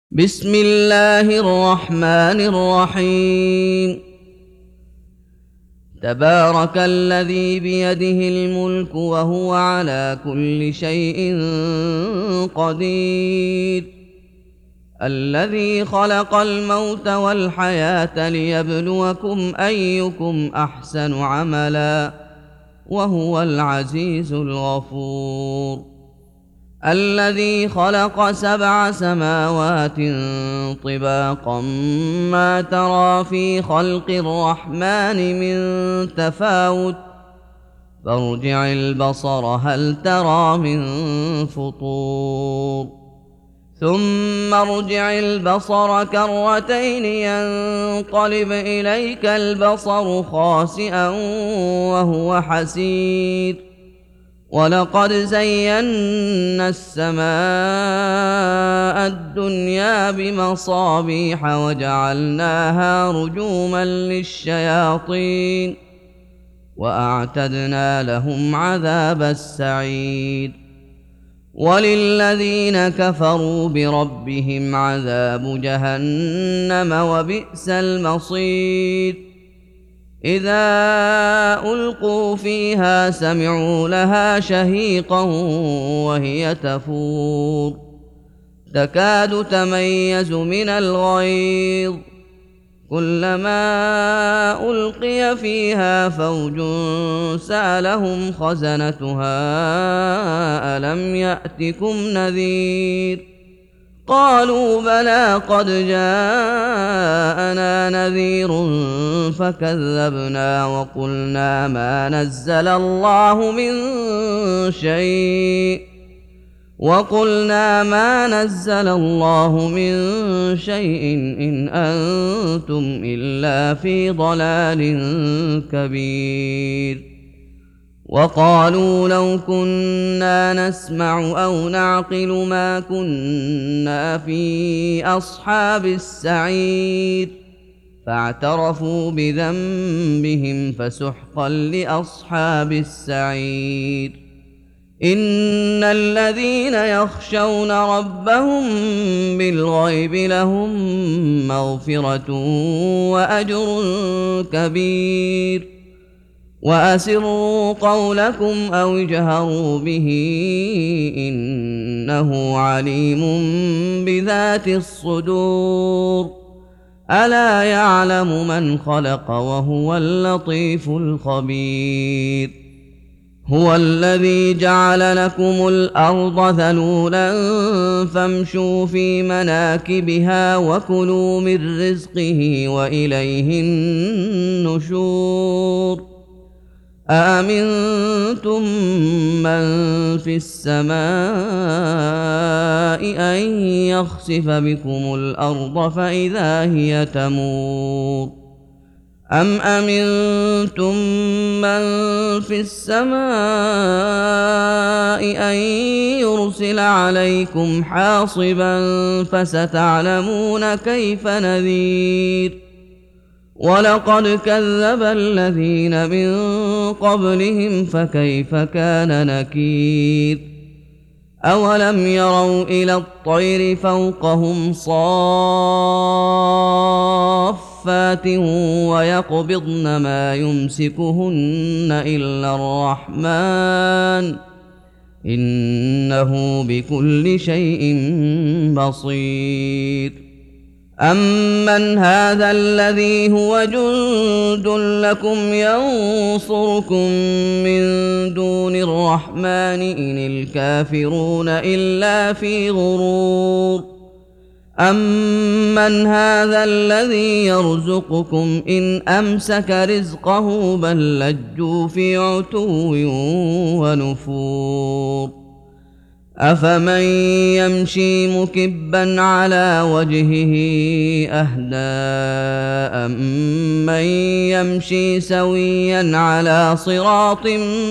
بسم الله الرحمن الرحيم. تبارك الذي بيده الملك وهو على كل شيء قدير، الذي خلق الموت والحياة ليبلوكم أيكم أحسن عملا وهو العزيز الغفور. الذي خلق 7 سماوات طباقا ما ترى في خلق الرحمن من تفاوت فارجع البصر هل ترى من فطور ثم ارجع البصر كرتين ينقلب إليك البصر خاسئا وهو حسير. ولقد زينا السماء الدنيا بمصابيح وجعلناها رجوما للشياطين وأعتدنا لهم عذاب السعير. وللذين كفروا بربهم عذاب جهنم وبئس المصير. إذا ألقوا فيها سمعوا لها شهيقا وهي تفور تكاد تميز من الغيظ كلما ألقي فيها فوج سألهم خزنتها ألم يأتكم نذير قالوا بلى قد جاءنا نذير فكذبنا وقلنا ما نزل الله من شيء إن أنتم إلا في ضلال كبير. وقالوا لو كنا نسمع أو نعقل ما كنا في أصحاب السعير فاعترفوا بذنبهم فسحقا لأصحاب السعير. إن الذين يخشون ربهم بالغيب لهم مغفرة وأجر كبير. وأسروا قولكم أو اجهروا به إنه عليم بذات الصدور. ألا يعلم من خلق وهو اللطيف الخبير. هو الذي جعل لكم الأرض ذلولا فامشوا في مناكبها وكلوا من رزقه وإليه النشور. أأمنتم من في السماء أن يخسف بكم الأرض فإذا هي تمور أم أمنتم من في السماء أن يرسل عليكم حاصبا فستعلمون كيف نذير. ولقد كذب الذين من قبلهم فكيف كان نكير. أولم يروا إلى الطير فوقهم صافات ويقبضن ما يمسكهن إلا الرحمن إنه بكل شيء بصير. أمن هذا الذي هو جند لكم ينصركم من دون الرحمن إن الكافرون إلا في غرور. أمن هذا الذي يرزقكم إن أمسك رزقه بل لجوا في عتو ونفور. أفمن يمشي مكبا على وجهه أهدى أمن يمشي سويا على صراط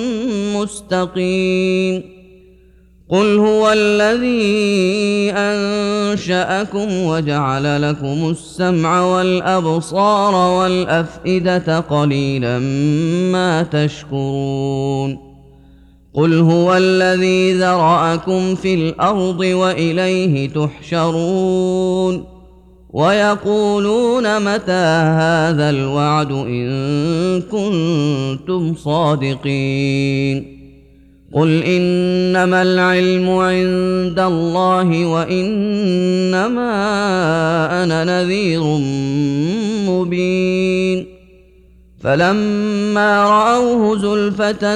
مستقيم. قل هو الذي أنشأكم وجعل لكم السمع والأبصار والأفئدة قليلا ما تشكرون. قل هو الذي ذرأكم في الأرض وإليه تحشرون ويقولون متى هذا الوعد إن كنتم صادقين قل إنما العلم عند الله وإنما أنا نذير مبين فلما رأوه زلفة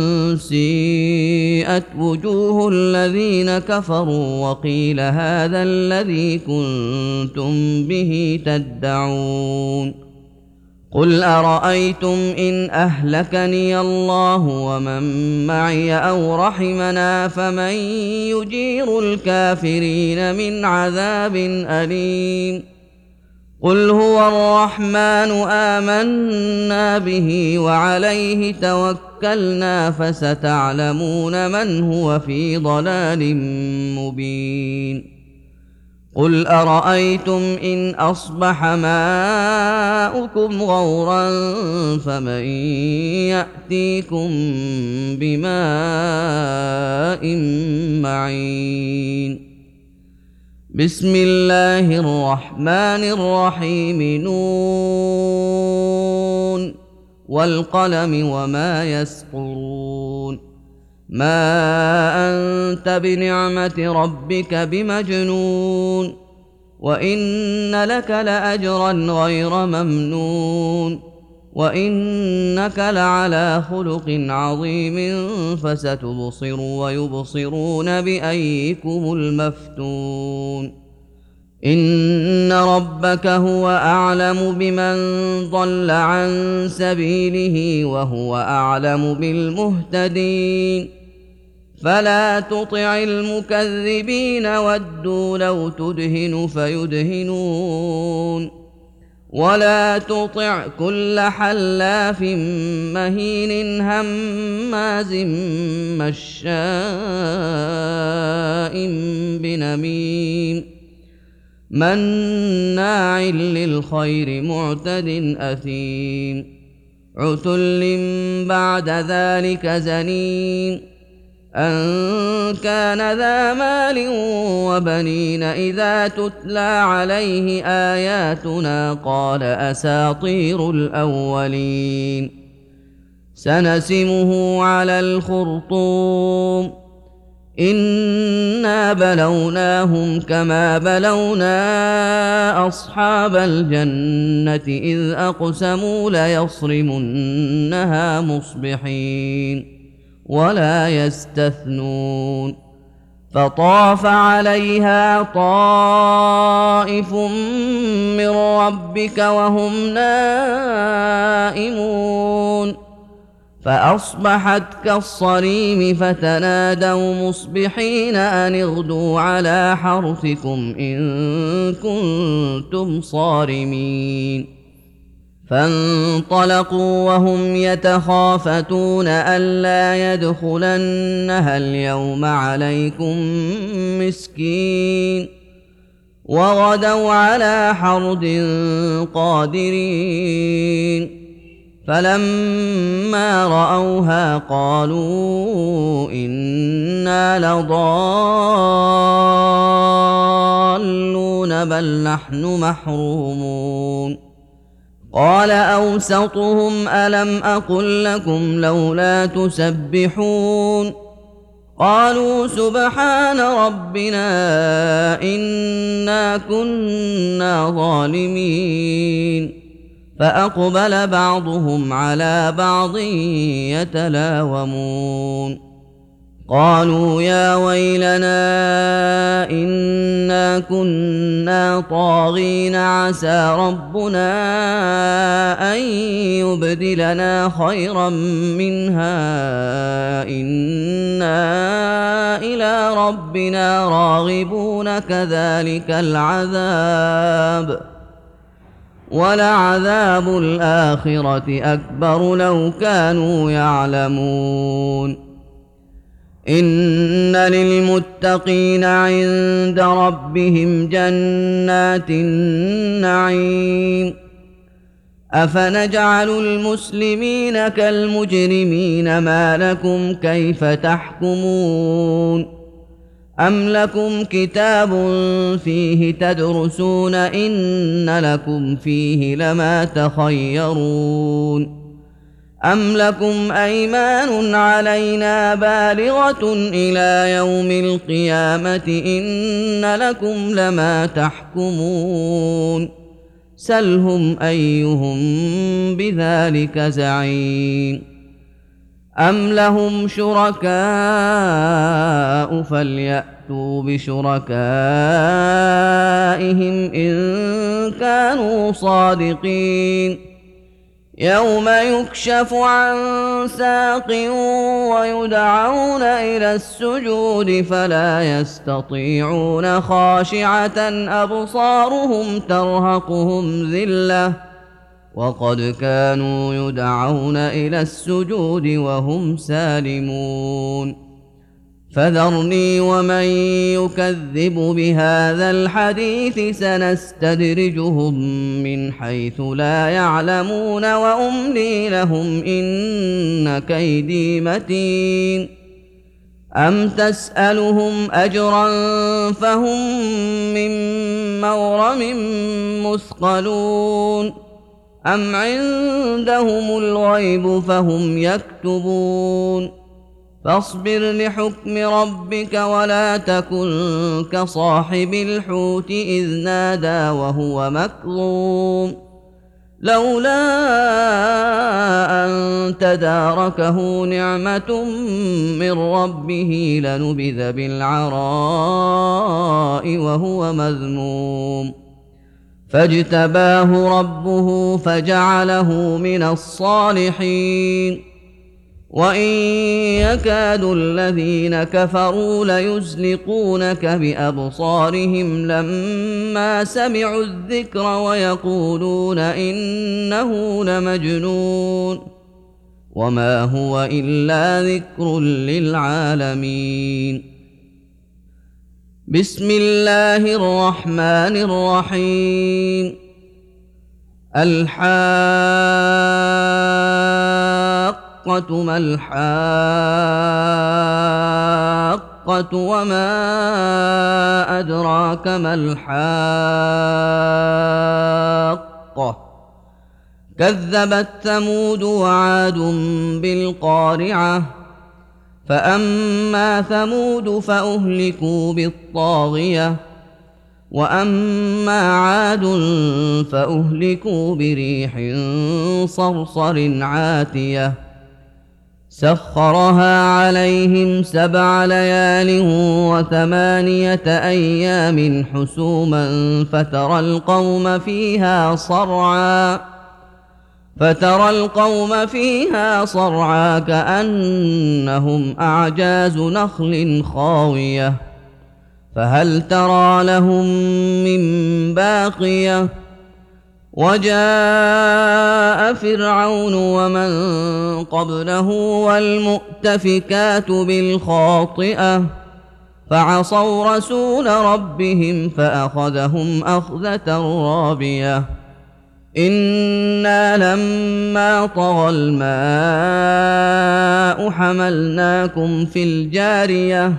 سيئت وجوه الذين كفروا وقيل هذا الذي كنتم به تدعون قل أرأيتم إن أهلكني الله ومن معي أو رحمنا فمن يجير الكافرين من عذاب أليم قل هو الرحمن آمنا به وعليه توكلنا فستعلمون من هو في ضلال مبين قل أرأيتم إن أصبح ماؤكم غورا فمن يأتيكم بماء معين بسم الله الرحمن الرحيم نون والقلم وما يسطرون ما أنت بنعمة ربك بمجنون وإن لك لأجرا غير ممنون وإنك لعلى خلق عظيم فستبصر ويبصرون بأيكم المفتون إن ربك هو أعلم بمن ضل عن سبيله وهو أعلم بالمهتدين فلا تطع المكذبين ودوا لو تدهن فيدهنون ولا تطع كل حلاف مهين هماز مشاء بنميم مناع للخير معتد أثيم عتل بعد ذلك زنيم أن كان ذا مال وبنين إذا تتلى عليه آياتنا قال أساطير الأولين سنسمه على الخرطوم إنا بلوناهم كما بلونا أصحاب الجنة إذ أقسموا ليصرمنها مصبحين ولا يستثنون فطاف عليها طائف من ربك وهم نائمون فأصبحت كالصريم فتنادوا مصبحين أن اغدوا على حرثكم إن كنتم صارمين فانطلقوا وهم يتخافتون ألا يدخلنها اليوم عليكم مسكين وغدوا على حرد قادرين فلما رأوها قالوا إنا لضالون بل نحن محرومون قال أوسطهم ألم أقل لكم لولا تسبحون قالوا سبحان ربنا إنا كنا ظالمين فأقبل بعضهم على بعض يتلاومون قالوا يا ويلنا إنا كنا طاغين عسى ربنا أن يبدلنا خيرا منها إنا إلى ربنا راغبون كذلك العذاب ولعذاب الآخرة أكبر لو كانوا يعلمون إن للمتقين عند ربهم جنات النعيم أفنجعل المسلمين كالمجرمين ما لكم كيف تحكمون أم لكم كتاب فيه تدرسون إن لكم فيه لما تخيرون أم لكم أيمان علينا بالغة إلى يوم القيامة إن لكم لما تحكمون سلهم أيهم بذلك زعيم أم لهم شركاء فليأتوا بشركائهم إن كانوا صادقين يوم يكشف عن ساق ويدعون إلى السجود فلا يستطيعون خاشعة أبصارهم ترهقهم ذلة وقد كانوا يدعون إلى السجود وهم سالمون فذرني ومن يكذب بهذا الحديث سنستدرجهم من حيث لا يعلمون وأملي لهم إن كيدي متين أم تسألهم أجرا فهم من مغرم مثقلون أم عندهم الغيب فهم يكتبون فاصبر لحكم ربك ولا تكن كصاحب الحوت إذ نادى وهو مكظوم لولا أن تداركه نعمة من ربه لنبذ بالعراء وهو مذموم فاجتباه ربه فجعله من الصالحين وإن يكاد الذين كفروا ليزلقونك بأبصارهم لما سمعوا الذكر ويقولون إنه لمجنون وما هو إلا ذكر للعالمين بسم الله الرحمن الرحيم الحاقة ما الحاقة وما أدراك ما الحاقة كذبت ثمود وعاد بالقارعة فأما ثمود فأهلكوا بالطاغية وأما عاد فأهلكوا بريح صرصر عاتية سخرها عليهم 7 ليال و8 أيام حسوما فترى القوم فيها صرعى كأنهم أعجاز نخل خاوية فهل ترى لهم من باقية وجاء فرعون ومن قبله والمؤتفكات بالخاطئة فعصوا رسول ربهم فأخذهم أخذة رابية إنا لما طغى الماء حملناكم في الجارية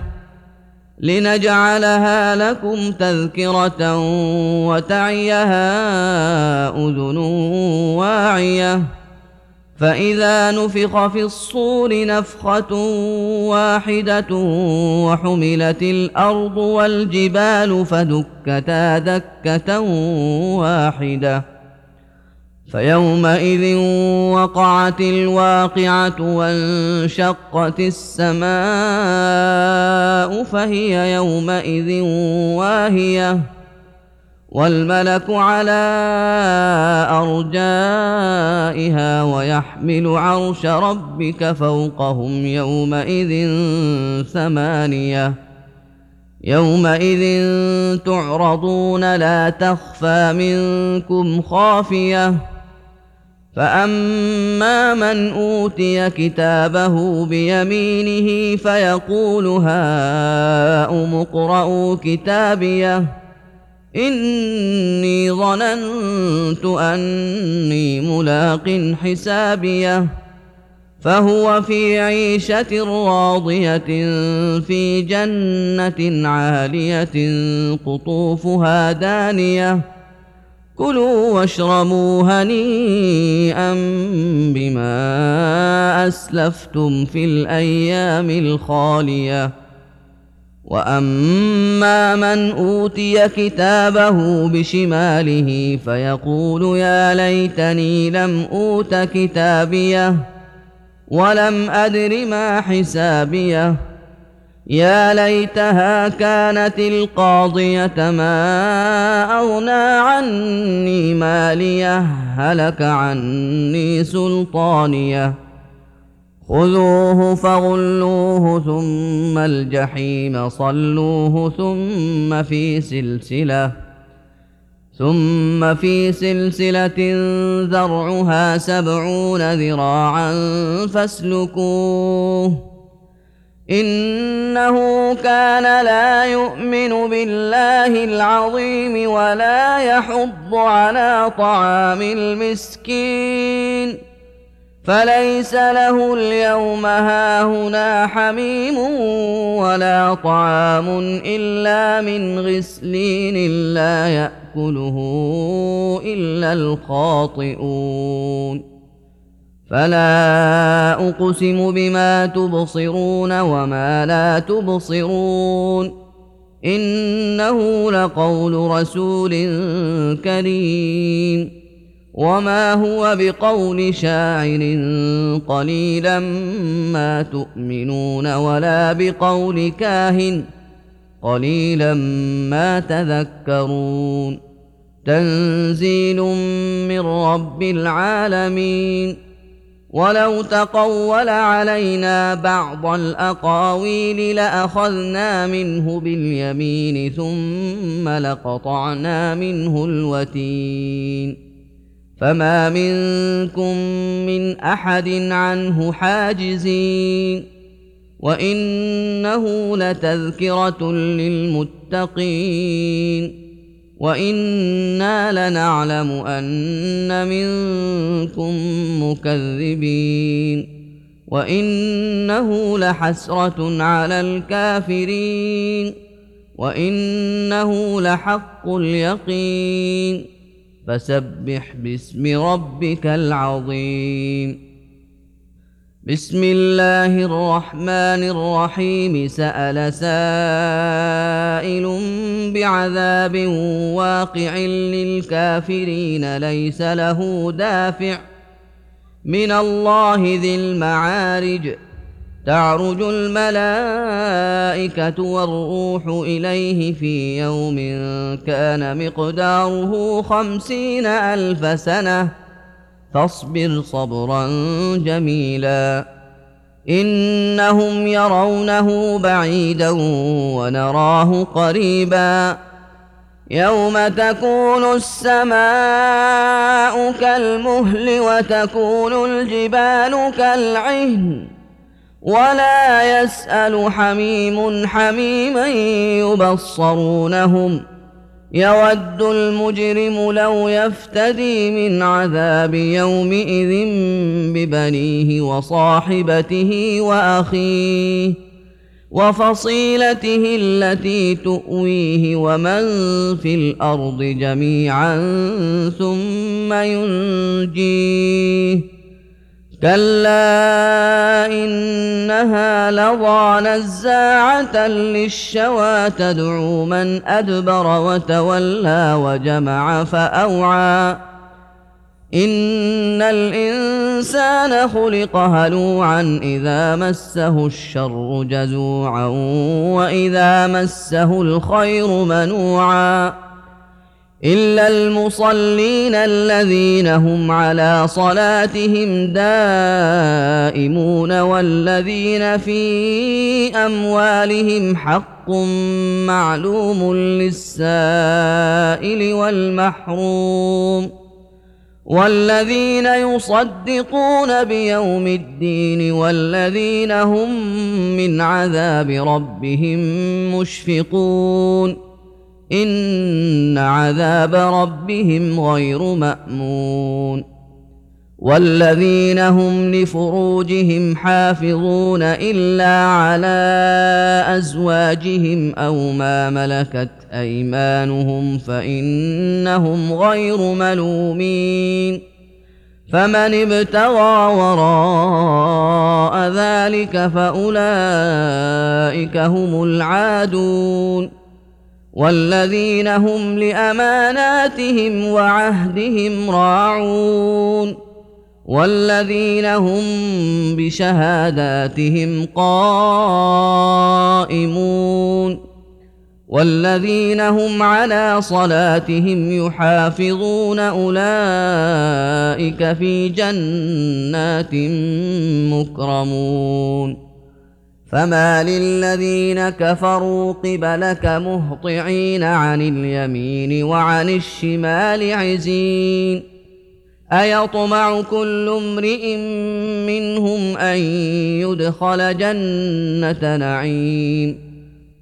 لنجعلها لكم تذكرة وتعيها أذن واعية فإذا نفخ في الصور نفخة واحدة وحملت الأرض والجبال فدكتا دكة واحدة فيومئذ وقعت الواقعة وانشقت السماء فهي يومئذ واهية والملك على أرجائها ويحمل عرش ربك فوقهم يومئذ 8 يومئذ تعرضون لا تخفى منكم خافية فأما من أوتي كتابه بيمينه فيقول هاؤم اقرءوا كتابيه إني ظننت أني ملاق حسابيه فهو في عيشة راضية في جنة عالية قطوفها دانية كلوا واشربوا هنيئا بما أسلفتم في الأيام الخالية وأما من أوتي كتابه بشماله فيقول يا ليتني لم أوت كتابيه ولم أدر ما حسابيه يا ليتها كانت القاضية ما أغنى عني ماليه هلك عني سلطانيه خذوه فغلوه ثم الجحيم صلوه ثم في سلسلة ذرعها 70 ذراعا فاسلكوه إنه كان لا يؤمن بالله العظيم ولا يحض على طعام المسكين فليس له اليوم هاهنا حميم ولا طعام إلا من غسلين لا يأكله إلا الخاطئون فلا أقسم بما تبصرون وما لا تبصرون إنه لقول رسول كريم وما هو بقول شاعر قليلا ما تؤمنون ولا بقول كاهن قليلا ما تذكرون تنزيل من رب العالمين ولو تقول علينا بعض الأقاويل لأخذنا منه باليمين ثم لقطعنا منه الوتين فما منكم من أحد عنه حاجزين وإنه لتذكرة للمتقين وإنا لنعلم أن منكم مكذبين وإنه لحسرة على الكافرين وإنه لحق اليقين فسبح باسم ربك العظيم بسم الله الرحمن الرحيم سأل سائل بعذاب واقع للكافرين ليس له دافع من الله ذي المعارج تعرج الملائكة والروح إليه في يوم كان مقداره 50,000 سنة فاصبر صبرا جميلا إنهم يرونه بعيدا ونراه قريبا يوم تكون السماء كالمهل وتكون الجبال كالعهن ولا يسأل حميم حميما يبصرونهم يود المجرم لو يفتدي من عذاب يومئذ ببنيه وصاحبته وأخيه وفصيلته التي تؤويه ومن في الأرض جميعا ثم ينجيه كلا إنها لظى نزاعة للشوى تدعو من أدبر وتولى وجمع فأوعى إن الإنسان خلق هلوعا إذا مسه الشر جزوعا وإذا مسه الخير منوعا إلا المصلين الذين هم على صلاتهم دائمون والذين في أموالهم حق معلوم للسائل والمحروم والذين يصدقون بيوم الدين والذين هم من عذاب ربهم مشفقون إن عذاب ربهم غير مأمون والذين هم لفروجهم حافظون إلا على أزواجهم أو ما ملكت أيمانهم فإنهم غير ملومين فمن ابتغى وراء ذلك فأولئك هم العادون والذين هم لأماناتهم وعهدهم راعون والذين هم بشهاداتهم قائمون والذين هم على صلاتهم يحافظون أولئك في جنات مكرمون فما للذين كفروا قبلك مهطعين عن اليمين وعن الشمال عزين أيطمع كل امرئ منهم أن يدخل جنة نعيم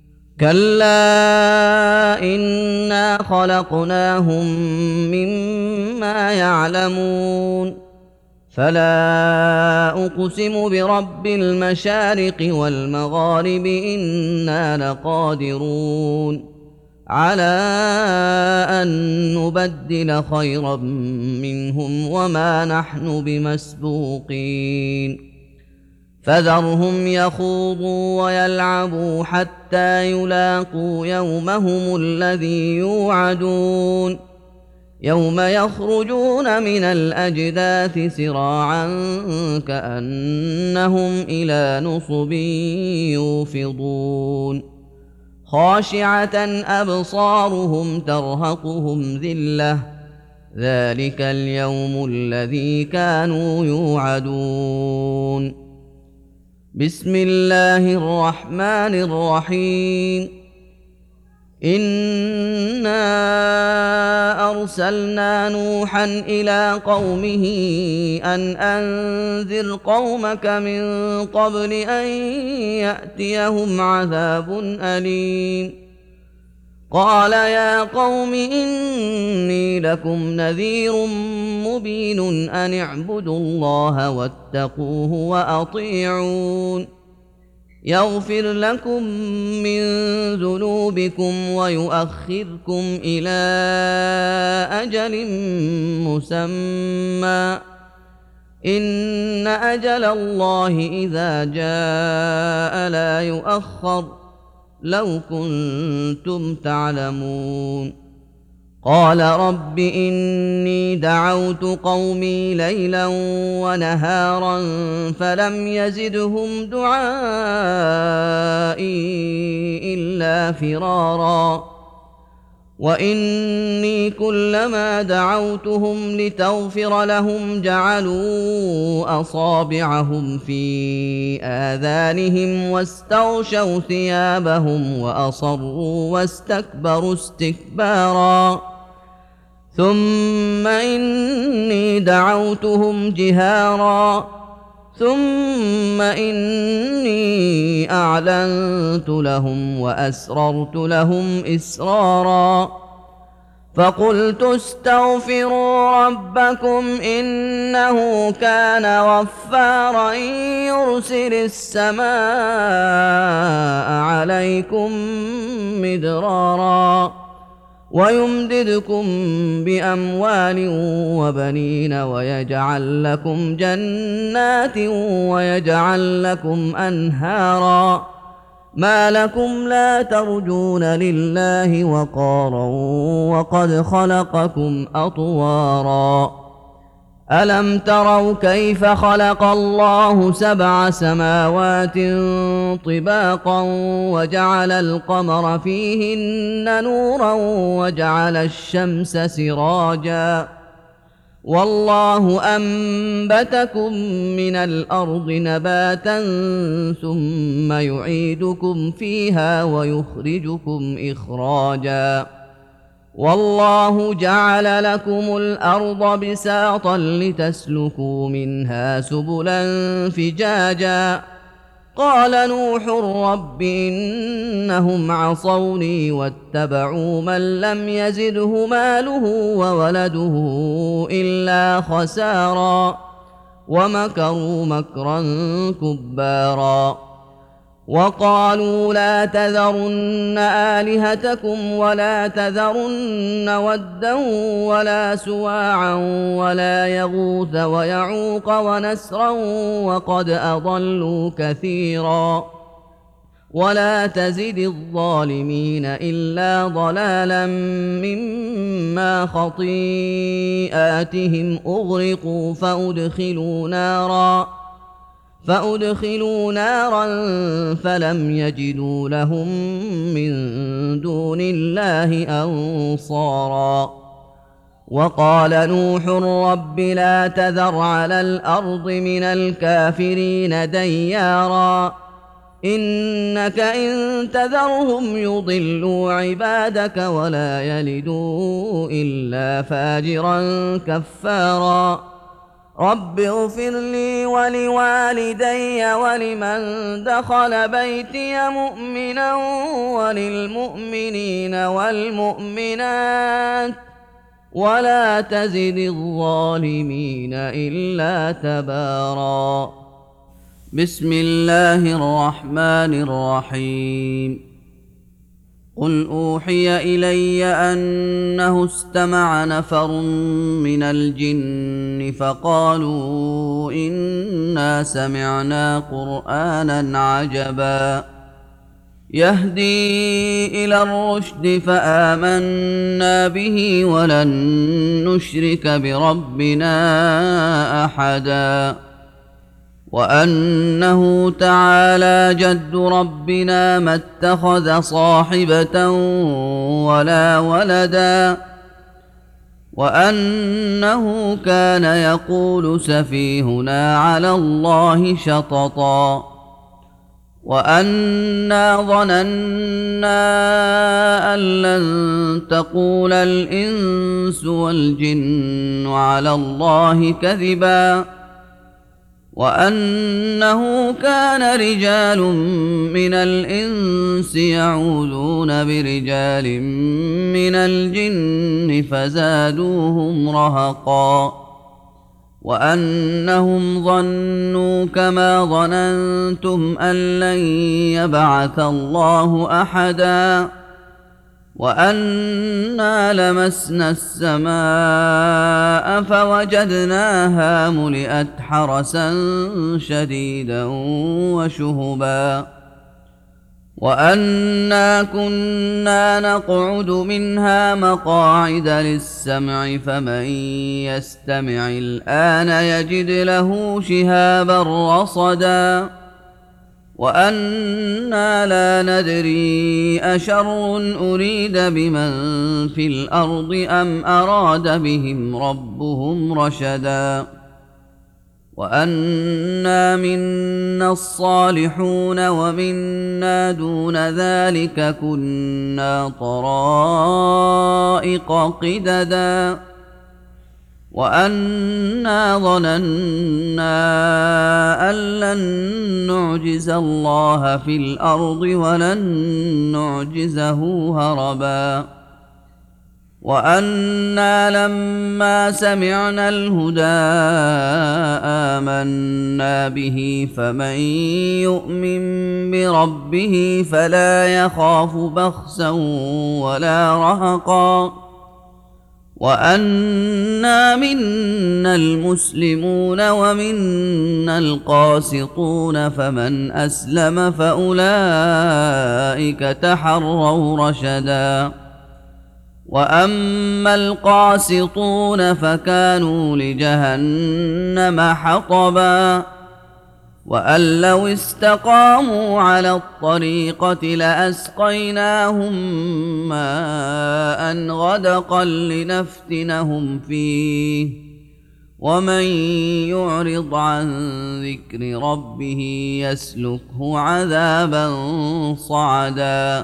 كلا إنا خلقناهم مما يعلمون فلا أقسم برب المشارق والمغارب إنا لقادرون على أن نبدل خيرا منهم وما نحن بمسبوقين فذرهم يخوضوا ويلعبوا حتى يلاقوا يومهم الذي يوعدون يوم يخرجون من الأجداث سراعا كأنهم إلى نصب يوفضون خاشعة أبصارهم ترهقهم ذلة ذلك اليوم الذي كانوا يوعدون بسم الله الرحمن الرحيم إنا أرسلنا نوحا إلى قومه أن أنذر قومك من قبل أن يأتيهم عذاب أليم قال يا قوم إني لكم نذير مبين أن اعبدوا الله واتقوه وأطيعون يغفر لكم من ذنوبكم ويؤخركم إلى أجل مسمى إن أجل الله إذا جاء لا يؤخر لو كنتم تعلمون قال رب إني دعوت قومي ليلا ونهارا فلم يزدهم دعائي إلا فرارا وإني كلما دعوتهم لتغفر لهم جعلوا أصابعهم في آذانهم واستغشوا ثيابهم وأصروا واستكبروا استكبارا ثم إني دعوتهم جهارا ثم إني أعلنت لهم وأسررت لهم إسرارا فقلت استغفروا ربكم إنه كان غفارا يرسل السماء عليكم مدرارا ويمددكم بأموال وبنين ويجعل لكم جنات ويجعل لكم أنهارا ما لكم لا ترجون لله وقارا وقد خلقكم أطوارا ألم تروا كيف خلق الله 7 سماوات طباقا وجعل القمر فيهن نورا وجعل الشمس سراجا والله أنبتكم من الأرض نباتا ثم يعيدكم فيها ويخرجكم إخراجا والله جعل لكم الأرض بساطا لتسلكوا منها سبلا فجاجا قال نوح رب إنهم عصوني واتبعوا من لم يزده ماله وولده إلا خسارا ومكروا مكرا كبارا وقالوا لا تذرن آلهتكم ولا تذرن ودا ولا سواعا ولا يغوث ويعوق ونسرا وقد أضلوا كثيرا ولا تزد الظالمين إلا ضلالا مما خطيئاتهم أغرقوا فأدخلوا نارا فلم يجدوا لهم من دون الله أنصارا وقال نوح رب لا تذر على الأرض من الكافرين ديارا إنك إن تذرهم يضلوا عبادك ولا يلدوا إلا فاجرا كفارا رب اغفر لي ولوالدي ولمن دخل بيتي مؤمنا وللمؤمنين والمؤمنات ولا تزد الظالمين إلا تبارا بسم الله الرحمن الرحيم قل أوحي إلي أنه استمع نفر من الجن فقالوا إنا سمعنا قرآنا عجبا يهدي إلى الرشد فآمنا به ولن نشرك بربنا أحدا وأنه تعالى جد ربنا ما اتخذ صاحبة ولا ولدا وأنه كان يقول سفيهنا على الله شططا وأنا ظننا أن لن تقول الإنس والجن على الله كذبا وأنه كان رجال من الإنس يعوذون برجال من الجن فزادوهم رهقا وأنهم ظنوا كما ظننتم أن لن يبعث الله أحدا وأنا لمسنا السماء فوجدناها ملئت حرسا شديدا وشهبا وأنا كنا نقعد منها مقاعد للسمع فمن يستمع الآن يجد له شهابا رصدا وأنا لا ندري أشر أريد بمن في الأرض أم أراد بهم ربهم رشدا وأنا منا الصالحون ومنا دون ذلك كنا طرائق قددا وأنا ظننا أن لن نعجز الله في الأرض ولن نعجزه هربا وأنا لما سمعنا الهدى آمنا به فمن يؤمن بربه فلا يخاف بخسا ولا رهقا وأنا منا المسلمون ومنا القاسطون فمن أسلم فأولئك تحروا رشدا وأما القاسطون فكانوا لجهنم حطبا وأن لو استقاموا على الطريقة لأسقيناهم ماء غدقا لنفتنهم فيه ومن يعرض عن ذكر ربه يسلكه عذابا صعدا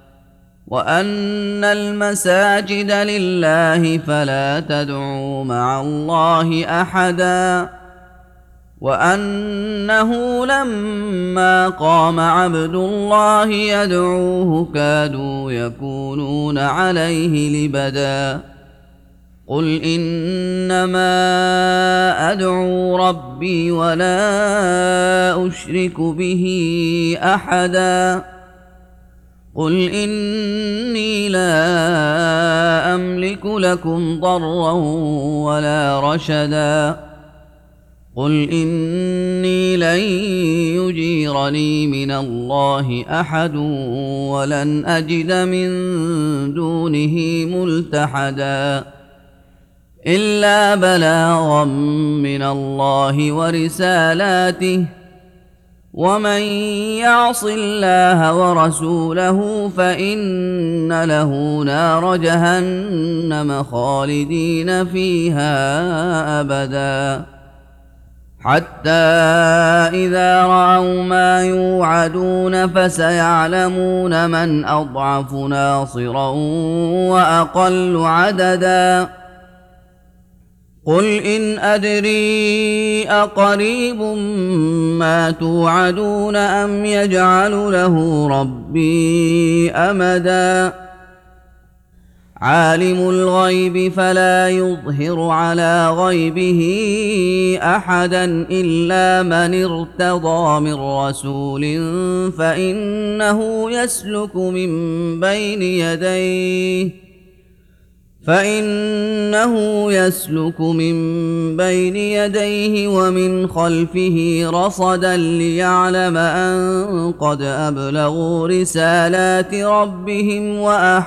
وأن المساجد لله فلا تدعوا مع الله أحدا وأنه لما قام عبد الله يدعوه كادوا يكونون عليه لبدا قل إنما أدعو ربي ولا أشرك به أحدا قل إني لا أملك لكم ضرا ولا رشدا قل إني لن يجيرني من الله أحد ولن أجد من دونه ملتحدا إلا بلاغا من الله ورسالاته ومن يعص الله ورسوله فإن له نار جهنم خالدين فيها أبدا حتى إذا رأوا ما يوعدون فسيعلمون من أضعف ناصرا وأقل عددا قل إن أدري أقريب ما توعدون أم يجعل له ربي أمدا عالم الغيب فلا يظهر على غيبه أحدا إلا من ارتضى من رسول فإنه يسلك من بين يديه ومن خلفه رصدا ليعلم أن قد أبلغوا رسالات ربهم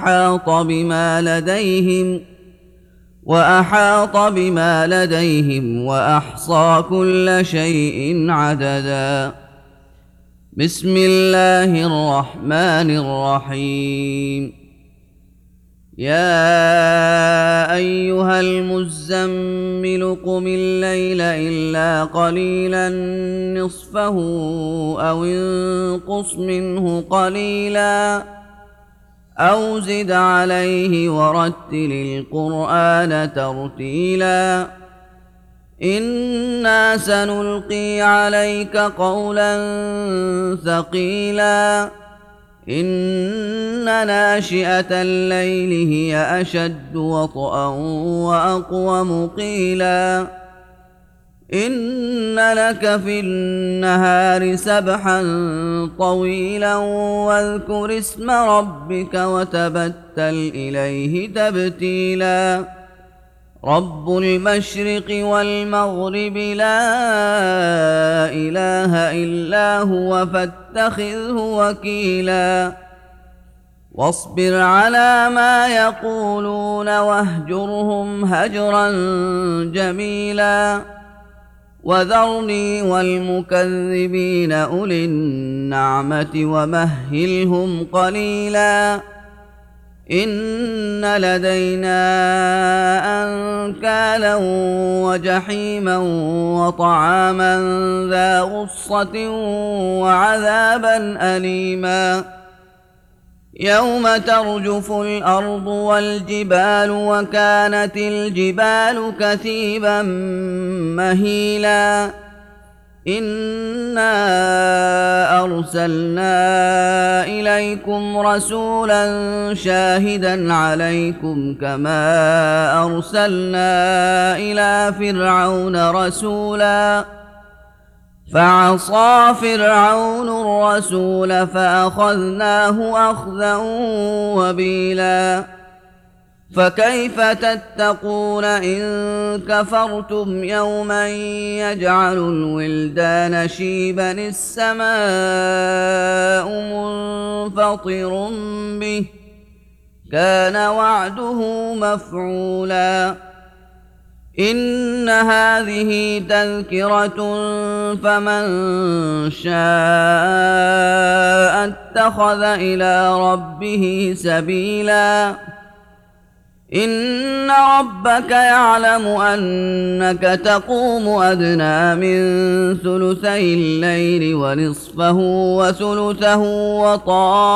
وأحاط بما لديهم وأحصى كل شيء عددا بسم الله الرحمن الرحيم يا أيها المزمل قم الليل إلا قليلا نصفه أو انقص منه قليلا أو زد عليه ورتل القرآن ترتيلا إنا سنلقي عليك قولا ثقيلا إن ناشئة الليل هي أشد وطئا وأقوم قيلا إن لك في النهار سبحا طويلا واذكر اسم ربك وتبتل إليه تبتيلا رب المشرق والمغرب لا إله إلا هو فاتخذه وكيلا واصبر على ما يقولون واهجرهم هجرا جميلا وذرني والمكذبين أولي النعمة ومهلهم قليلا إن لدينا أنكالا وجحيما وطعاما ذا غصة وعذابا أليما يوم ترجف الأرض والجبال وكانت الجبال كثيبا مهيلا إنا أرسلنا إليكم رسولا شاهدا عليكم كما أرسلنا إلى فرعون رسولا فعصى فرعون الرسول فأخذناه أخذا وبيلا فكيف تتقون إن كفرتم يوما يجعل الولدان شيبا السماء منفطر به كان وعده مفعولا إن هذه تذكرة فمن شاء اتخذ إلى ربه سبيلا إن ربك يعلم أنك تقوم أدنى من ثلثي الليل ونصفه وثلثه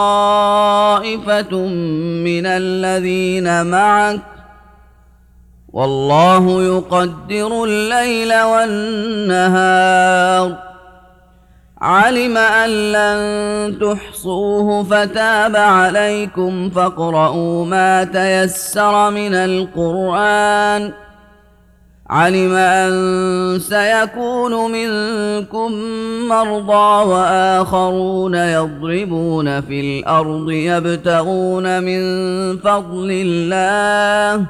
وطائفة من الذين معك والله يقدر الليل والنهار علم أن لن تحصوه فتاب عليكم فاقرؤوا ما تيسر من القرآن علم أن سيكون منكم مرضى وآخرون يضربون في الأرض يبتغون من فضل الله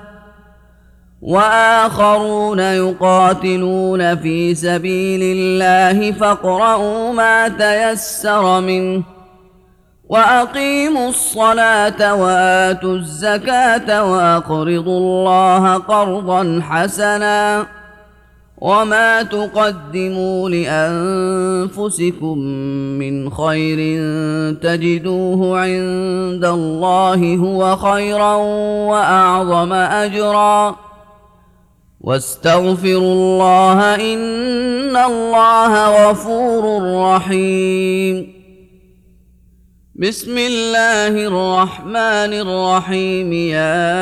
وآخرون يقاتلون في سبيل الله فاقرؤوا ما تيسر منه وأقيموا الصلاة وآتوا الزكاة وأقرضوا الله قرضا حسنا وما تقدموا لأنفسكم من خير تجدوه عند الله هو خيرا وأعظم أجرا واستغفروا الله إن الله غفور رحيم. بسم الله الرحمن الرحيم. يا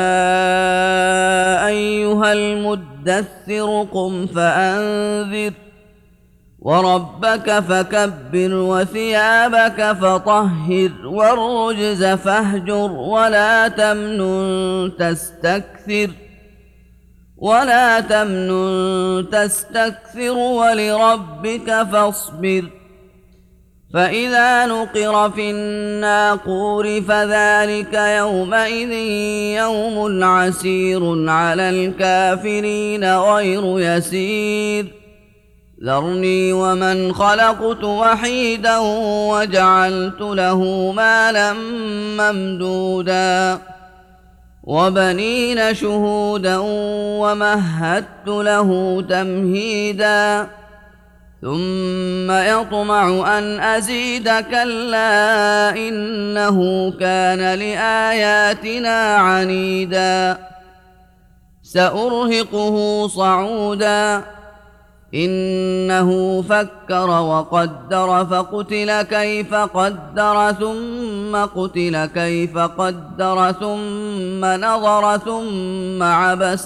أيها المدثر قم فأنذر وربك فكبر وثيابك فطهر والرجز فاهجر ولا تمنن تستكثر ولربك فاصبر فإذا نقر في الناقور فذلك يومئذ يوم عسير على الكافرين غير يسير ذرني ومن خلقت وحيدا وجعلت له مالا ممدودا وبنين شهودا ومهدت له تمهيدا ثم يطمع أن أزيد كلا إنه كان لآياتنا عنيدا سأرهقه صعودا إنه فكر وقدر فقتل كيف قدر ثم قتل كيف قدر ثم نظر ثم عبس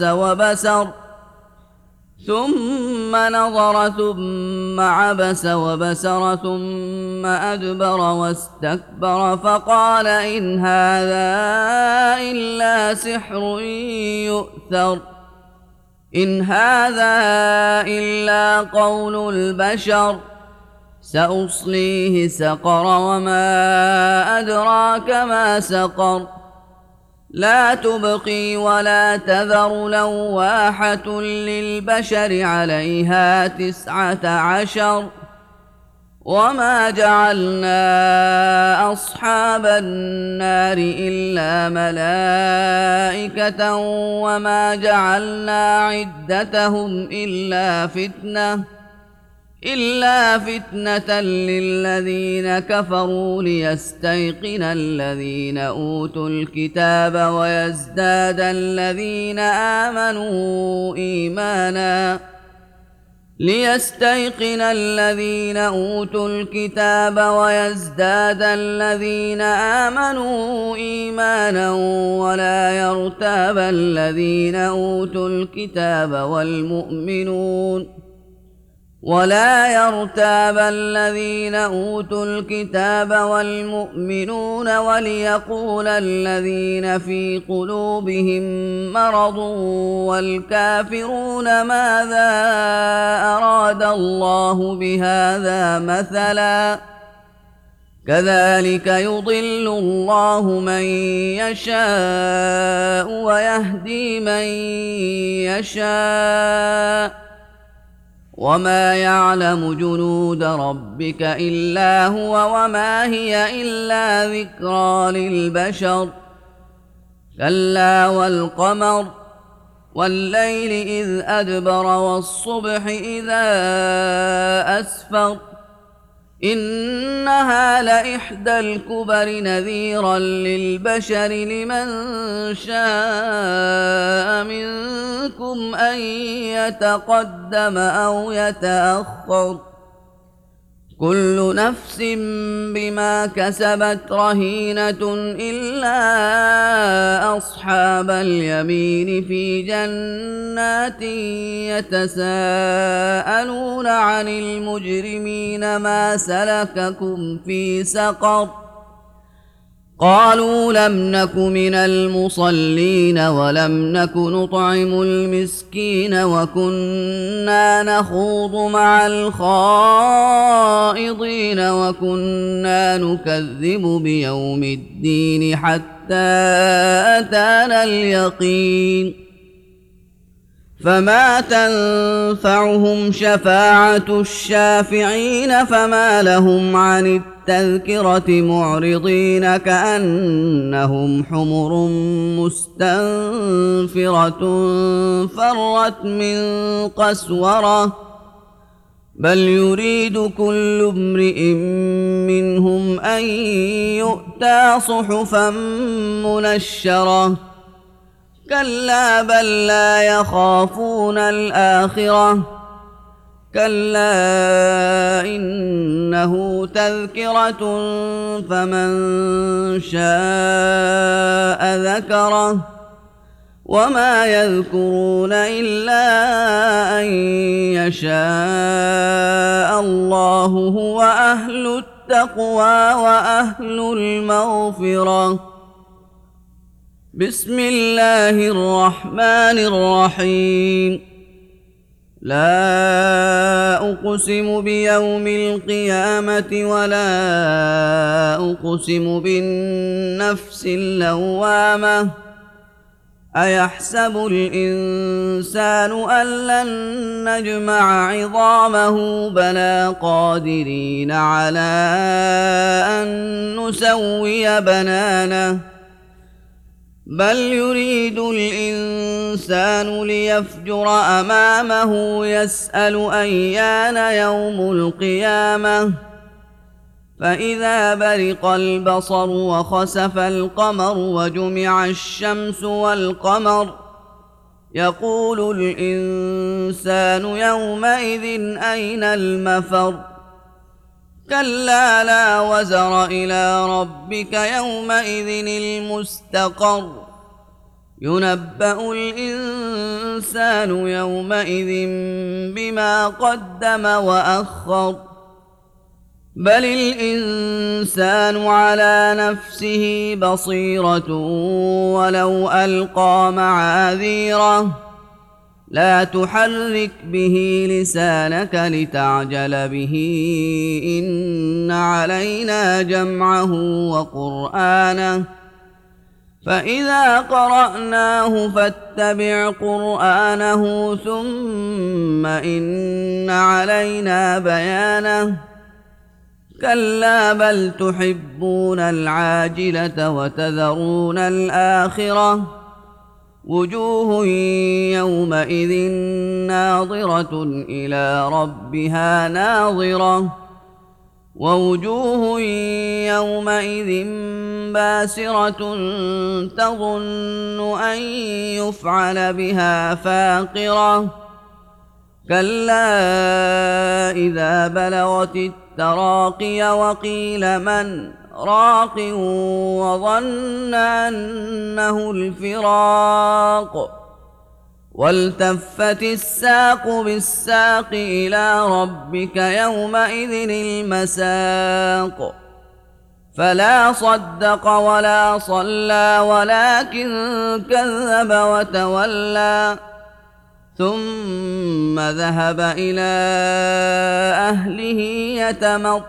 وبسر ثم أدبر واستكبر فقال إن هذا إلا سحر يؤثر إن هذا إلا قول البشر سأصليه سقر وما أدراك ما سقر لا تبقي ولا تذر لواحة للبشر عليها 19 وما جعلنا أصحاب النار إلا ملائكة وما جعلنا عدتهم إلا فتنة للذين كفروا ليستيقن الذين أوتوا الكتاب ويزداد الذين آمنوا إيمانا ولا يرتاب الذين أوتوا الكتاب والمؤمنون وليقول الذين في قلوبهم مرض والكافرون ماذا أراد الله بهذا مثلا كذلك يضل الله من يشاء ويهدي من يشاء وما يعلم جنود ربك إلا هو وما هي إلا ذكرى للبشر كلا والقمر والليل إذ أدبر والصبح إذا أسفر إنها لإحدى الكبر نذيرا للبشر لمن شاء منكم أن يتقدم أو يتأخر كل نفس بما كسبت رهينة إلا أصحاب اليمين في جنات يتساءلون عن المجرمين ما سلككم في سقر قالوا لم نك من المصلين ولم نك نطعم المسكين وكنا نخوض مع الخائضين وكنا نكذب بيوم الدين حتى أتانا اليقين فما تنفعهم شفاعة الشافعين فما لهم عن التذكرة معرضين كأنهم حمر مستنفرة فرت من قسورة بل يريد كل امرئ منهم أن يؤتى صحفا منشرة كلا بل لا يخافون الآخرة كلا إنه تذكرة فمن شاء ذكره وما يذكرون إلا أن يشاء الله هو أهل التقوى وأهل المغفرة بسم الله الرحمن الرحيم لا أقسم بيوم القيامة ولا أقسم بالنفس اللوامة أيحسب الإنسان أن لن نجمع عظامه بلى قادرين على أن نسوي بنانه بل يريد الإنسان ليفجر أمامه يسأل أيان يوم القيامة فإذا برق البصر وخسف القمر وجمع الشمس والقمر يقول الإنسان يومئذ أين المفر كلا لا وزر إلى ربك يومئذ المستقر ينبأ الإنسان يومئذ بما قدم وأخر بل الإنسان على نفسه بصيرة ولو ألقى معاذيره لا تحرك به لسانك لتعجل به إن علينا جمعه وقرآنه فإذا قرأناه فاتبع قرآنه ثم إن علينا بيانه كلا بل تحبون العاجلة وتذرون الآخرة وجوه يومئذ ناظرة إلى ربها ناظرة ووجوه يومئذ باسرة تظن أن يفعل بها فاقرة كلا إذا بلغت التراقي وقيل من راق وظن أنه الفراق والتفت الساق بالساق إلى ربك يومئذ المساق فلا صدق ولا صلى ولكن كذب وتولى ثم ذهب إلى أهله يتمطى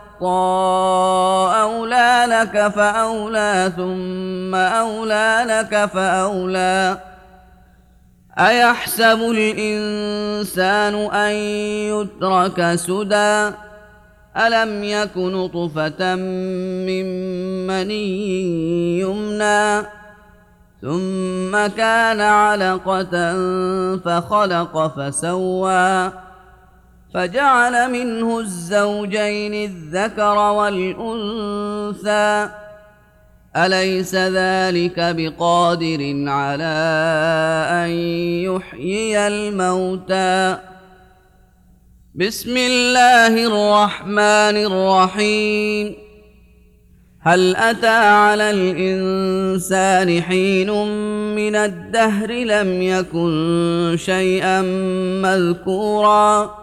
أولى لك فأولى ثم أولى لك فأولى أيحسب الإنسان أن يترك سدى ألم يك نطفة من مني يمنى ثم كان علقة فخلق فسوى فجعل منه الزوجين الذكر والأنثى أليس ذلك بقادر على أن يحيي الموتى بسم الله الرحمن الرحيم. هل أتى على الإنسان حين من الدهر لم يكن شيئا مذكورا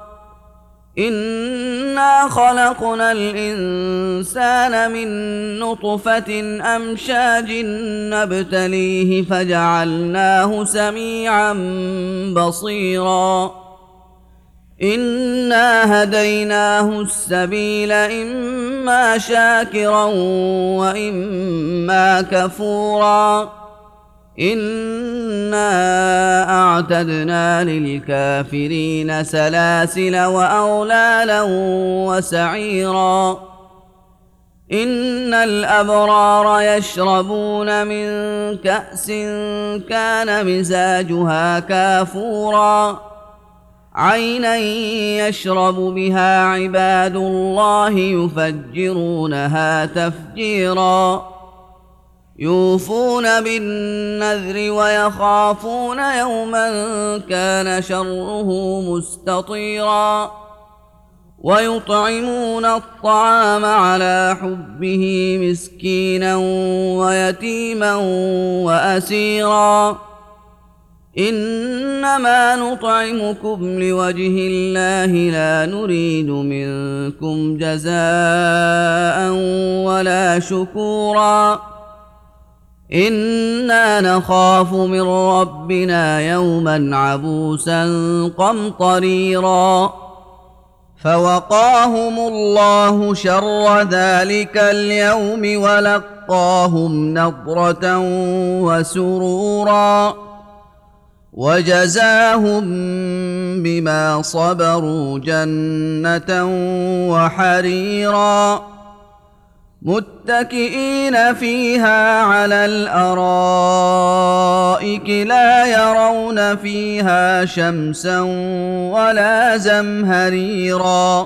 إنا خلقنا الإنسان من نطفة أمشاج نبتليه فجعلناه سميعا بصيرا إنا هديناه السبيل إما شاكرا وإما كفورا إنا أعتدنا للكافرين سلاسل وأغلالا وسعيرا إن الأبرار يشربون من كأس كان مزاجها كافورا عينا يشرب بها عباد الله يفجرونها تفجيرا يوفون بالنذر ويخافون يوما كان شره مستطيرا ويطعمون الطعام على حبه مسكينا ويتيما وأسيرا إنما نطعمكم لوجه الله لا نريد منكم جزاء ولا شكورا إنا نخاف من ربنا يوما عبوسا قمطريرا فوقاهم الله شر ذلك اليوم ولقاهم نضرة وسرورا وجزاهم بما صبروا جنة وحريرا متكئين فيها على الأرائك لا يرون فيها شمسا ولا زمهريرا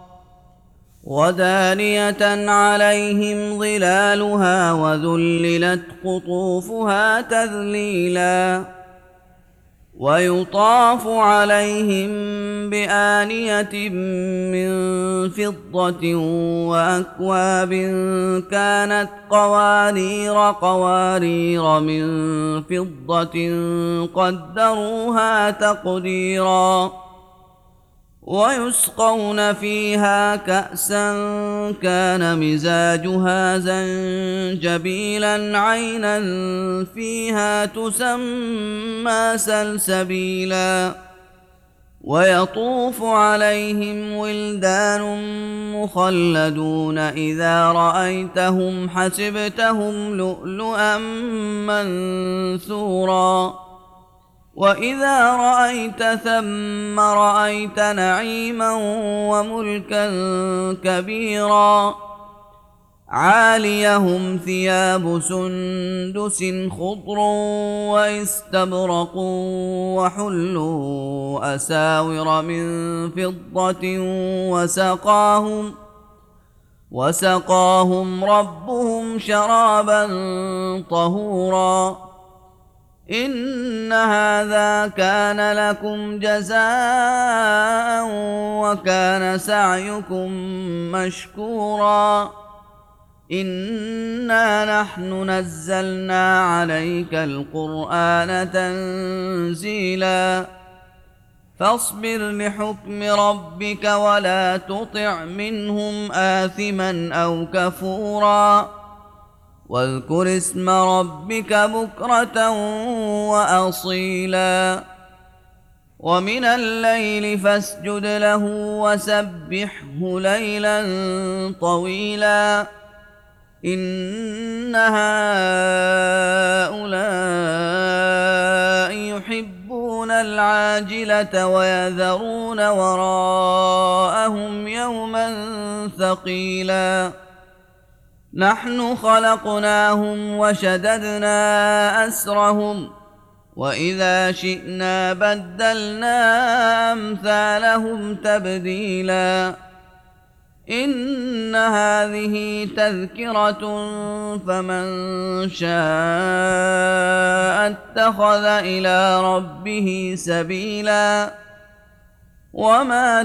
ودانية عليهم ظلالها وذللت قطوفها تذليلا ويطاف عليهم بآنية من فضة وأكواب كانت قوارير من فضة قدروها تقديرا ويسقون فيها كأسا كان مزاجها زنجبيلا عينا فيها تسمى سلسبيلا ويطوف عليهم ولدان مخلدون إذا رأيتهم حسبتهم لؤلؤا منثورا وإذا رأيت ثم رأيت نعيما وملكا كبيرا عاليهم ثياب سندس خضر واستبرق وحلوا أساور من فضة وسقاهم ربهم شرابا طهورا إن هذا كان لكم جزاء وكان سعيكم مشكورا إنا نحن نزلنا عليك القرآن تنزيلا فاصبر لحكم ربك ولا تطع منهم آثما أو كفورا واذكر اسم ربك بكرة وأصيلا ومن الليل فاسجد له وسبحه ليلا طويلا إن هؤلاء يحبون العاجلة ويذرون وراءهم يوما ثقيلا نحن خلقناهم وشددنا أسرهم وإذا شئنا بدلنا أمثالهم تبديلا إن هذه تذكرة فمن شاء اتخذ إلى ربه سبيلا وما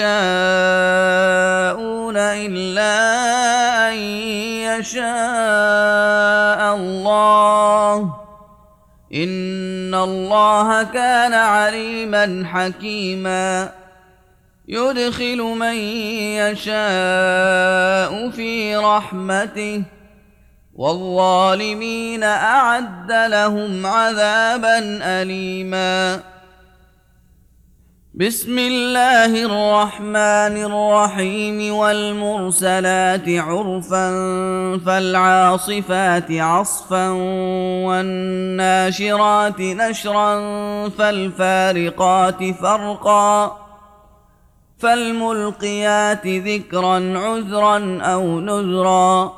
تشاءون إلا أن يشاء الله إن الله كان عليما حكيما يدخل من يشاء في رحمته والظالمين أعد لهم عذابا أليما بسم الله الرحمن الرحيم والمرسلات عرفا فالعاصفات عصفا والناشرات نشرا فالفارقات فرقا فالملقيات ذكرا عذرا أو نذرا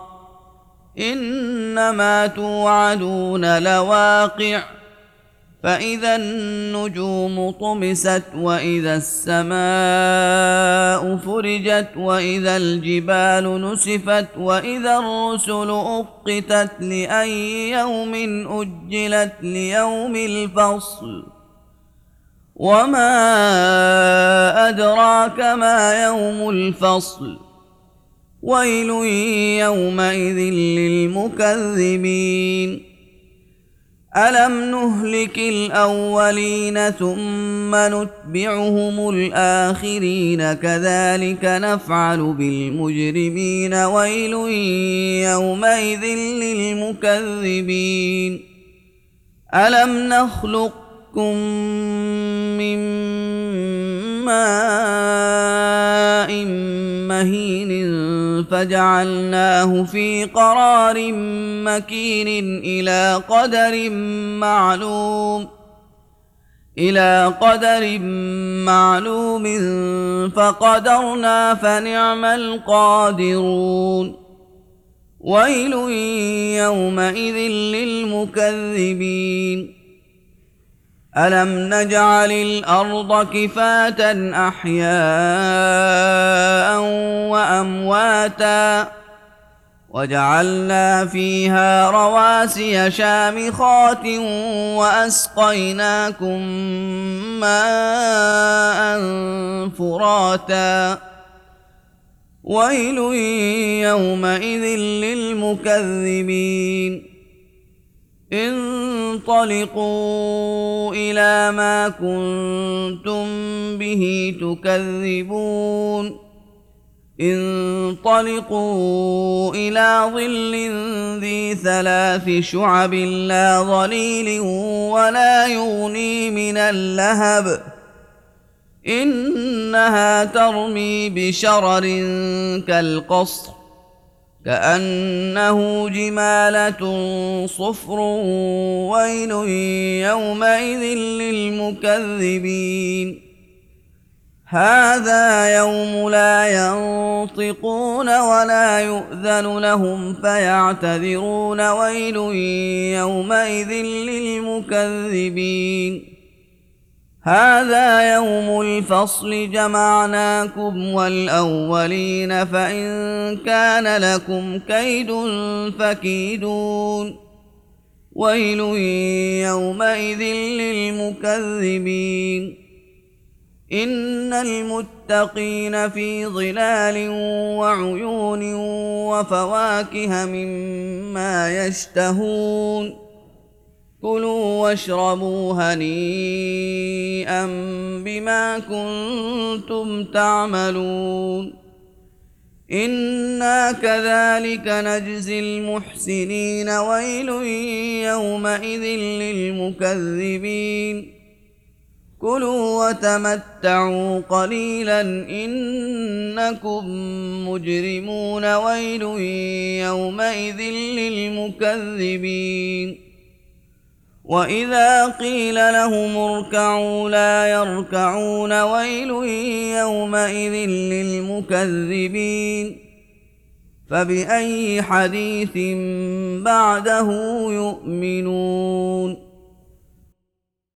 إنما توعدون لواقع فإذا النجوم طمست وإذا السماء فرجت وإذا الجبال نسفت وإذا الرسل أقتت لأي يوم أجلت ليوم الفصل وما أدراك ما يوم الفصل ويل يومئذ للمكذبين ألم نهلك الأولين ثم نتبعهم الآخرين كذلك نفعل بالمجرمين ويل يومئذ للمكذبين ألم نخلقكم من ماء مهين فجعلناه في قرار مكين إلى قدر معلوم فقدرنا فنعم القادرون ويل يومئذ للمكذبين ألم نجعل الأرض كفاة أحياء وأمواتا وجعلنا فيها رواسي شامخات وأسقيناكم ماء فراتا ويل يومئذ للمكذبين انطلقوا إلى ما كنتم به تكذبون انطلقوا إلى ظل ذي 3 شعب لا ظليل ولا يغني من اللهب إنها ترمي بشرر كالقصر كأنه جمالة صفر ويل يومئذ للمكذبين هذا يوم لا ينطقون ولا يؤذن لهم فيعتذرون ويل يومئذ للمكذبين هذا يوم الفصل جمعناكم والأولين فإن كان لكم كيد فكيدون ويل يومئذ للمكذبين إن المتقين في ظلال وعيون وفواكه مما يشتهون كلوا واشربوا هنيئا بما كنتم تعملون إنا كذلك نجزي المحسنين ويل يومئذ للمكذبين كلوا وتمتعوا قليلا إنكم مجرمون ويل يومئذ للمكذبين وإذا قيل لهم اركعوا لا يركعون ويل يومئذ للمكذبين فبأي حديث بعده يؤمنون